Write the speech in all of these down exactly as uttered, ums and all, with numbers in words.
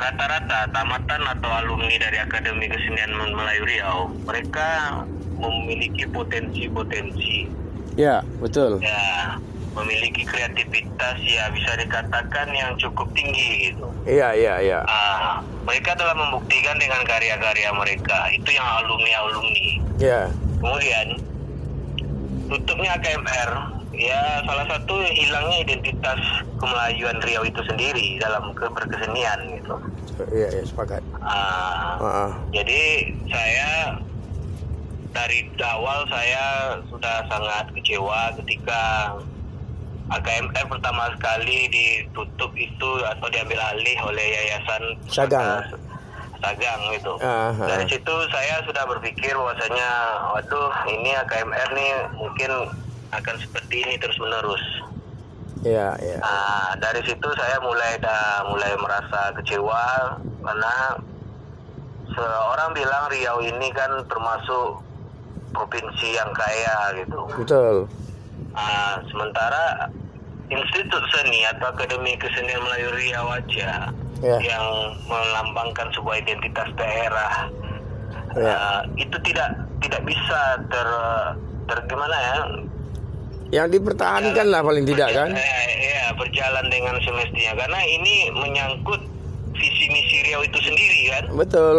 rata-rata tamatan atau alumni dari Akademi Kesenian Melayu Riau, mereka memiliki potensi-potensi. Ya, betul. Ya, memiliki kreativitas ya bisa dikatakan yang cukup tinggi gitu. Iya, iya, iya. Ah, mereka telah membuktikan dengan karya-karya mereka. Itu yang alumni-alumni. Ya. Kemudian tutupnya A K M R, ya salah satu hilangnya identitas kemelayuan Riau itu sendiri dalam ke- berkesenian gitu. Iya, iya, sepakat. Ah, Uh-uh. Jadi saya dari awal saya sudah sangat kecewa ketika A K M R pertama sekali ditutup itu atau diambil alih oleh Yayasan Sagang. Sagang gitu. Uh-huh. Dari situ saya sudah berpikir bahwasanya, waduh ini A K M R nih mungkin akan seperti ini terus menerus. Iya, iya. Nah, dari situ saya mulai dah mulai merasa kecewa karena seorang bilang Riau ini kan termasuk provinsi yang kaya gitu. Betul. Nah, sementara Institut Seni atau Akademi Kesenian Melayu Riau aja Ya. yang melambangkan sebuah identitas daerah, Ya. uh, itu tidak tidak bisa ter ter gimana ya? Yang dipertahankan lah paling tidak kan? Eh, ya, berjalan dengan semestinya karena ini menyangkut visi misi Riau itu sendiri kan. Betul.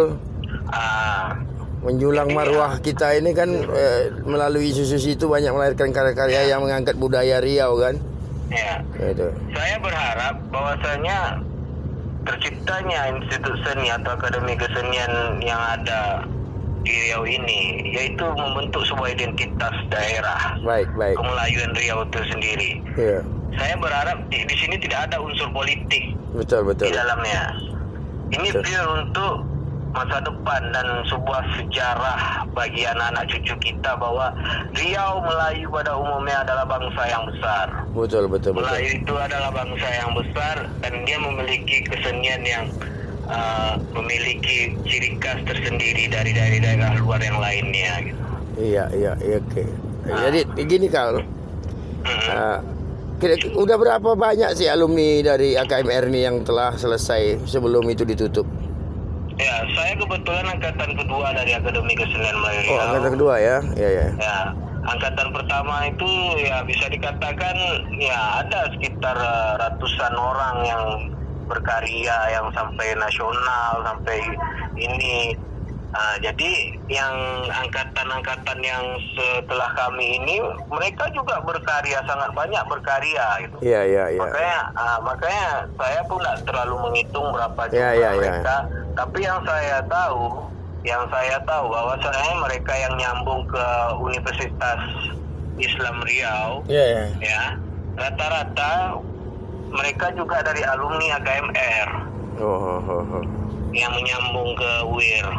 Ah, Menjulang Iya. marwah kita ini kan eh, melalui institusi itu banyak melahirkan karya-karya yang mengangkat budaya Riau kan? ya. Gitu. Saya berharap bahwasanya terciptanya Institut Seni atau Akademi Kesenian yang ada di Riau ini yaitu membentuk sebuah identitas daerah Baik, baik. kemelayuan Riau itu sendiri. Iya. Saya berharap di, di sini tidak ada unsur politik Betul, betul. di dalamnya. Ini Betul. pure untuk masa depan dan sebuah sejarah bagi anak-anak cucu kita bahwa Riau Melayu pada umumnya adalah bangsa yang besar. Betul, betul, betul. Melayu itu adalah bangsa yang besar dan dia memiliki kesenian yang uh, memiliki ciri khas tersendiri dari dari daerah luar yang lainnya gitu. Iya, iya, iya, oke. Ah. Jadi begini Kal. Mm-mm. Uh, kira- udah berapa banyak sih alumni dari A K M R ini yang telah selesai sebelum itu ditutup? Ya, saya kebetulan angkatan kedua dari Akademi Kesenian Melayu Oh, Riau. angkatan kedua ya? Iya, iya. Ya, angkatan pertama itu ya bisa dikatakan ya ada sekitar uh, ratusan orang yang berkarya yang sampai nasional sampai ini. Uh, jadi yang angkatan-angkatan yang setelah kami ini mereka juga berkarya sangat banyak berkarya gitu. Iya, iya, iya. Makanya uh, makanya saya pun tidak terlalu menghitung berapa jumlah Ya, ya, ya. mereka. Tapi yang saya tahu, yang saya tahu bahwasanya mereka yang nyambung ke Universitas Islam Riau, Iya, iya. ya rata-rata mereka juga dari alumni A K M R Oh, oh, oh, oh. yang menyambung ke U I R.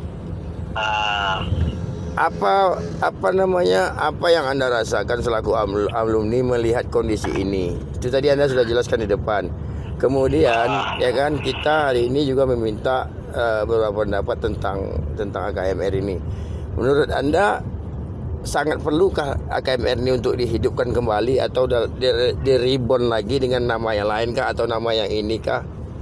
Uh, Apa apa namanya? Apa yang Anda rasakan selaku am- alumni melihat kondisi ini? Itu tadi Anda sudah jelaskan di depan. Kemudian ya kan kita hari ini juga meminta uh, beberapa pendapat tentang tentang A K M R ini. Menurut Anda sangat perlukah A K M R ini untuk dihidupkan kembali atau di, di reborn lagi dengan nama yang lain kah atau nama yang ini kah?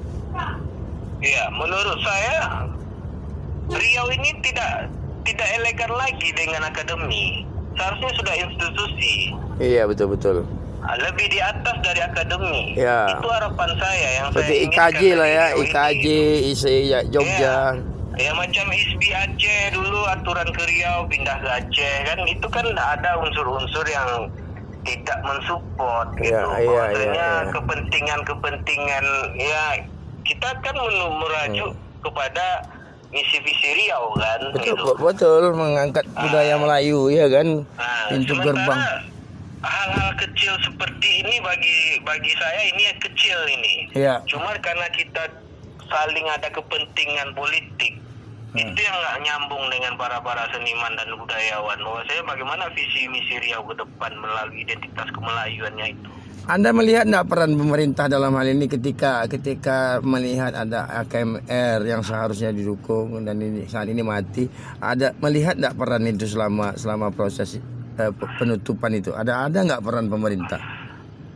ya, menurut saya Riau ini tidak tidak elegan lagi dengan akademi. Seharusnya sudah institusi. Iya, betul betul. Lebih di atas dari akademi. Ya. Itu harapan saya yang Seperti saya I K J inginkan lah dari ya, Riau I K J, ini. I C I Jogja. Ya, ya macam I S B Aceh dulu aturan ke Riau pindah ke Aceh kan itu kan ada unsur-unsur yang tidak mensupport gitu. Iya, iya, Bahwasanya iya, iya. kepentingan-kepentingan ya kita kan men- merajuk kepada misi visi Riau kan Betul, gitu. betul mengangkat budaya Melayu ya kan. Nah, Pintu sementara gerbang. hal-hal kecil seperti ini bagi bagi saya ini yang kecil ini. Iya. Cuma karena kita saling ada kepentingan politik, Hmm. itu yang nggak nyambung dengan para para seniman dan budayawan. Bahwa saya bagaimana visi misi Riau ke depan melalui identitas kemelayuannya itu. Anda melihat enggak peran pemerintah dalam hal ini ketika ketika melihat ada A K M R yang seharusnya didukung dan ini saat ini mati, ada melihat enggak peran itu selama selama proses eh, penutupan itu? Ada ada enggak peran pemerintah? Be-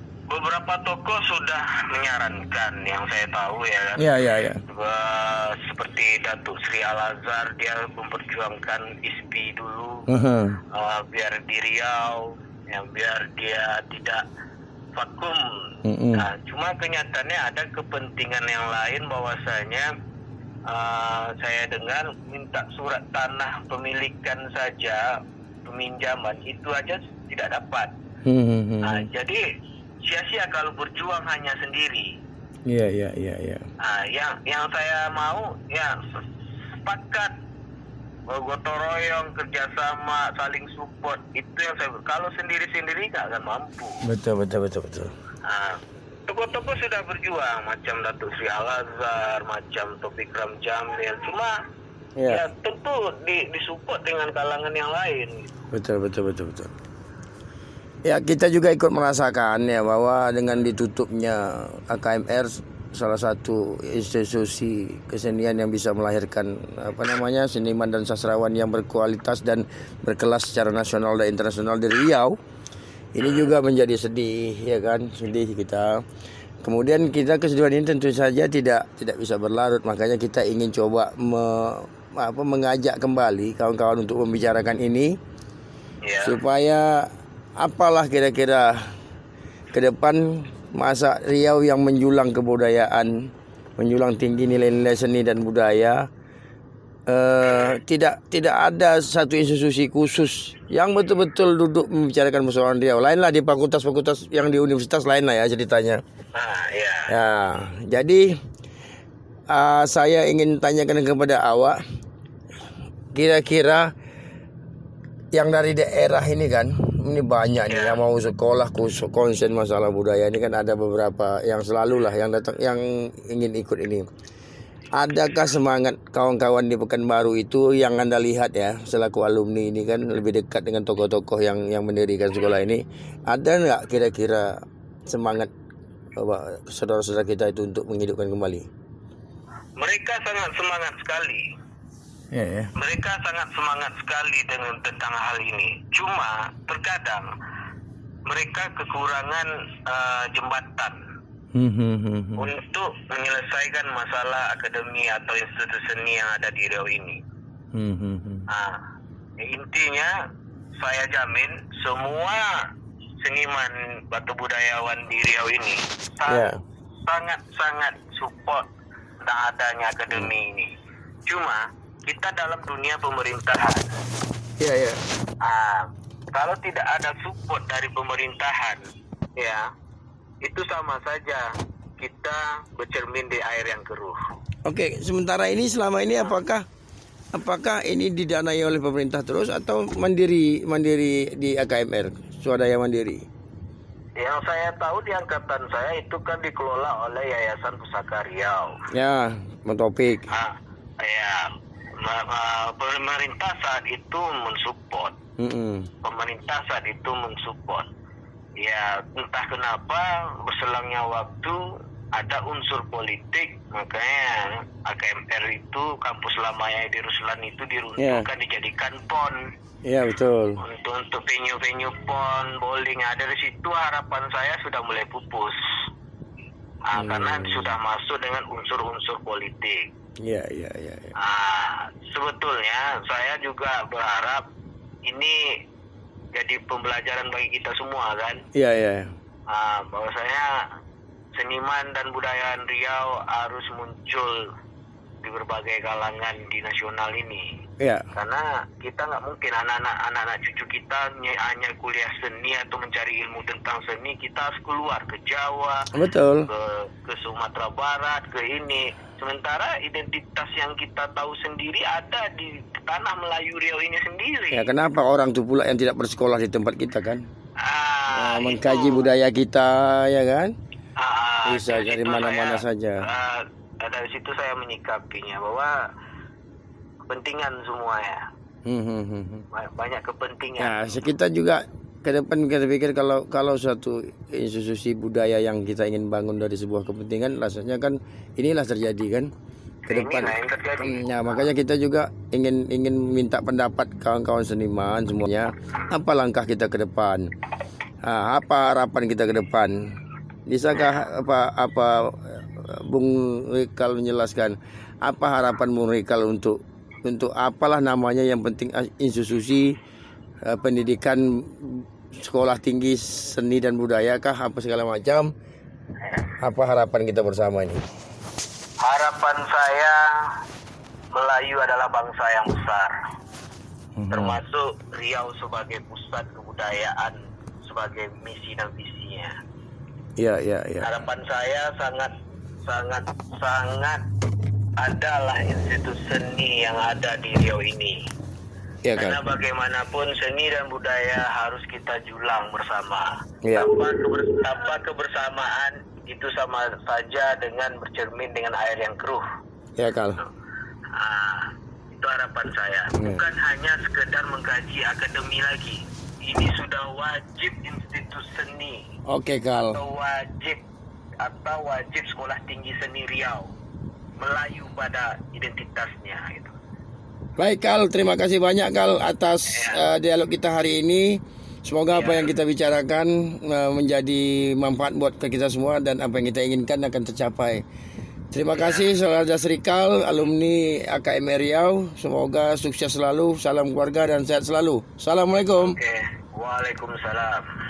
beberapa tokoh sudah menyarankan yang saya tahu ya kan. Iya, iya, iya. Uh, seperti Datuk Sri Al-Azhar, dia memperjuangkan I S P I dulu, Uh-huh. uh, biar di Riau, ya, biar dia tidak vakum. Uh-uh. Nah, cuma kenyataannya ada kepentingan yang lain bahwasanya uh, saya dengar minta surat tanah pemilikan saja, peminjaman itu aja tidak dapat. Uh-huh. Nah, jadi sia-sia kalau berjuang hanya sendiri. Iya, iya, iya, iya. Nah, yang yang saya mau ya sepakat, gotong royong, kerjasama, saling support, itu yang saya. Kalau sendiri-sendiri nggak akan mampu. Betul, betul, betul, betul. Nah, tokoh-tokoh sudah berjuang macam Datuk Sri Al-Azhar, macam Topik Ram Jamil, cuma ya, ya tentu di, disupport dengan kalangan yang lain. Betul, betul, betul, betul. Ya, kita juga ikut merasakan ya bahwa dengan ditutupnya A K M R, salah satu institusi kesenian yang bisa melahirkan apa namanya seniman dan sastrawan yang berkualitas dan berkelas secara nasional dan internasional di Riau, ini juga menjadi sedih ya kan, sedih kita. Kemudian kita kesedihan ini tentu saja tidak tidak bisa berlarut, makanya kita ingin coba me, apa, mengajak kembali kawan-kawan untuk membicarakan ini Ya. supaya apalah kira-kira ke depan masa Riau yang menjulang kebudayaan, menjulang tinggi nilai-nilai seni dan budaya, eh, tidak tidak ada satu institusi khusus yang betul-betul duduk membicarakan persoalan Riau. Lainlah di fakultas-fakultas yang di universitas lain lah ya ceritanya. Ah, ya. Ya, jadi uh, saya ingin tanyakan kepada awak, kira-kira yang dari daerah ini kan, ini banyak nih yang mau sekolah khusus konsen masalah budaya ini kan, ada beberapa yang selalu lah yang datang yang ingin ikut ini. Adakah semangat kawan-kawan di Pekanbaru itu yang Anda lihat ya selaku alumni ini kan lebih dekat dengan tokoh-tokoh yang yang mendirikan sekolah ini, ada nggak kira-kira semangat bahwa saudara-saudara kita itu untuk menghidupkan kembali? Mereka sangat semangat sekali. Ya, ya. Mereka sangat semangat sekali dengan tentang hal ini. Cuma terkadang mereka kekurangan uh, jembatan Hmm, hmm, hmm, hmm. untuk menyelesaikan masalah akademi atau institusi seni yang ada di Riau ini. Hmm, hmm, hmm. Nah, intinya saya jamin semua seniman batu budayawan di Riau ini Ya. sangat-sangat support tentang adanya akademi ini. Cuma kita dalam dunia pemerintahan. Ya, ya. Ah, kalau tidak ada support dari pemerintahan, ya, itu sama saja kita bercermin di air yang keruh. Oke, sementara ini selama ini apakah apakah ini didanai oleh pemerintah terus atau mandiri mandiri di A K M R, swadaya mandiri? Yang saya tahu di angkatan saya itu kan dikelola oleh Yayasan Pusaka Riau. Ya, Bang Topik. Ah, ya. Pemerintah saat itu mensupport. Mm-mm. Pemerintah saat itu mensupport. Ya, entah kenapa berselangnya waktu ada unsur politik, makanya A K M R itu kampus lamanya di Ruslan itu diruntuhkan, yeah. dijadikan pon. Iya, yeah, betul. Untuk untuk venue-venue pon, bowling. Nah, dari situ harapan saya sudah mulai pupus. Nah, hmm. Karena sudah masuk dengan unsur-unsur politik. Iya, iya, iya. Ah, sebetulnya saya juga berharap ini jadi pembelajaran bagi kita semua kan. Iya, iya. Ah, bahwasanya seniman dan budayaan Riau harus muncul di berbagai kalangan di nasional ini. Iya. Karena kita nggak mungkin anak-anak anak-anak cucu kita hanya kuliah seni atau mencari ilmu tentang seni, kita harus keluar ke Jawa, betul, ke ke Sumatera Barat, ke ini. Sementara identitas yang kita tahu sendiri ada di tanah Melayu Riau ini sendiri. Ya, kenapa orang itu pula yang tidak bersekolah di tempat kita kan? Ah, nah, mengkaji budaya kita, ya kan? Ah, bisa dari mana-mana saja. Ah, dari situ saya menyikapinya bahwa kepentingan semua ya. Hmm, hmm, hmm. Banyak kepentingan. Nah, kita juga ke depan kita pikir kalau kalau suatu institusi budaya yang kita ingin bangun dari sebuah kepentingan, rasanya kan inilah terjadi kan ke depan. Ya, makanya kita juga ingin ingin minta pendapat kawan-kawan seniman semuanya, apa langkah kita ke depan, nah, apa harapan kita ke depan. Bisakah apa apa Bung Rikal menjelaskan apa harapan Bung Rikal untuk untuk apalah namanya yang penting institusi uh, pendidikan sekolah tinggi seni dan budaya kah apa segala macam, apa harapan kita bersama ini? Harapan saya Melayu adalah bangsa yang besar, mm-hmm. termasuk Riau sebagai pusat kebudayaan sebagai misi dan visinya. Iya iya iya. Harapan saya sangat sangat sangat adalah institusi seni yang ada di Riau ini. Ya, karena kan? Bagaimanapun seni dan budaya harus kita julang bersama. Ya. Tanpa, keber, tanpa kebersamaan itu sama saja dengan bercermin dengan air yang keruh. Ya Kal. Nah, itu harapan saya. Bukan ya. hanya sekedar mengkaji akademi lagi. Ini sudah wajib institusi seni. Oke Kal. Atau wajib atau wajib sekolah tinggi seni Riau Melayu pada identitasnya itu. Baik Kal, terima kasih banyak Kal atas ya. uh, dialog kita hari ini. Semoga ya. apa yang kita bicarakan uh, menjadi manfaat buat kita semua dan apa yang kita inginkan akan tercapai. Terima ya. kasih Saudara Jas Rikal, alumni A K M R Riau. Semoga sukses selalu, salam keluarga dan sehat selalu. Assalamualaikum. Oke. Waalaikumsalam.